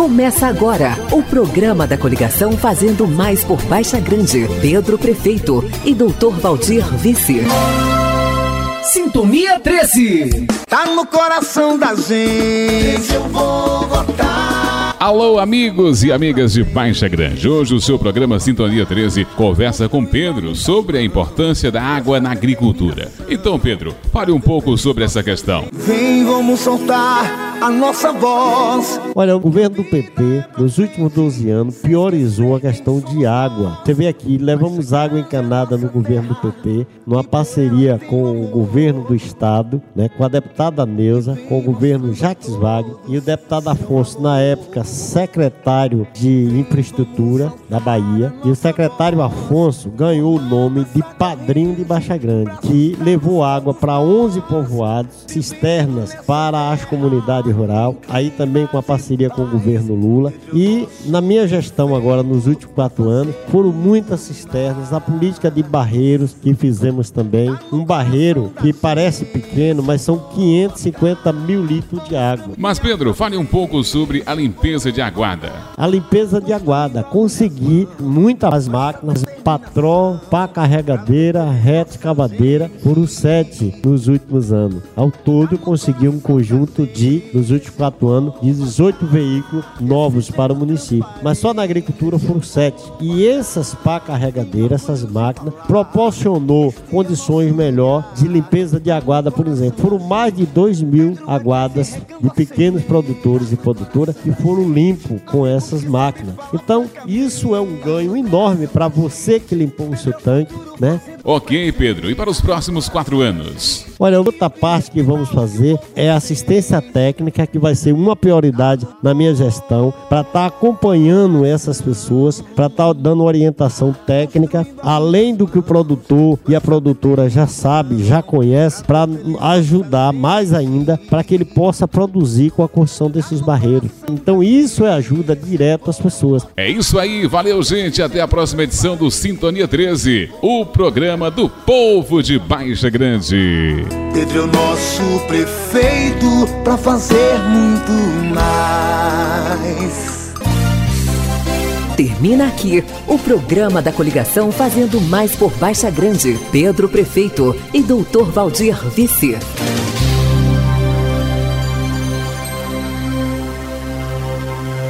Começa agora o programa da coligação Fazendo Mais por Baixa Grande. Pedro Prefeito e Doutor Valdir Vice. Sintonia 13. Tá no coração da gente, eu vou votar. Alô, amigos e amigas de Baixa Grande. Hoje o seu programa Sintonia 13 conversa com Pedro sobre a importância da água na agricultura. Então, Pedro, fale um pouco sobre essa questão. Vem, vamos soltar a nossa voz. Olha, o governo do PP, nos últimos 12 anos, priorizou a questão de água. Você vê aqui, levamos água encanada no governo do PP, numa parceria com o governo do estado, com a deputada Neuza, com o governo Jacques Wagner e o deputado Afonso, na época, secretário de infraestrutura da Bahia. E o secretário Afonso ganhou o nome de Padrinho de Baixa Grande, que levou água para 11 povoados, cisternas para as comunidades rurais, aí também com a parceria com o governo Lula. E na minha gestão agora, nos últimos 4 anos, foram muitas cisternas, a política de barreiros que fizemos também, um barreiro que parece pequeno, mas são 550 mil litros de água. Mas Pedro, fale um pouco sobre a limpeza de aguada. A limpeza de aguada, consegui muitas máquinas, patrol, pá carregadeira, reta escavadeira, foram 7 nos últimos anos. Ao todo, consegui um conjunto de, nos últimos 4 anos, de 18 veículos novos para o município. Mas só na agricultura foram 7. E essas pá carregadeiras, essas máquinas, proporcionou condições melhores de limpeza de aguada, por exemplo. Foram mais de 2.000 aguadas de pequenos produtores e produtoras que foram limpos com essas máquinas. Então, isso é um ganho enorme para você que limpou o seu tanque, Ok, Pedro. E para os próximos 4 anos? Olha, outra parte que vamos fazer é assistência técnica, que vai ser uma prioridade na minha gestão, para estar acompanhando essas pessoas, para estar dando orientação técnica, além do que o produtor e a produtora já sabe, já conhece, para ajudar mais ainda, para que ele possa produzir com a construção desses barreiros. Então isso é ajuda direta às pessoas. É isso aí, valeu, gente. Até a próxima edição do Sintonia 13, o programa do povo de Baixa Grande. Pedro é o nosso prefeito pra fazer muito mais. Termina aqui o programa da coligação Fazendo Mais por Baixa Grande. Pedro Prefeito e Doutor Valdir Vice.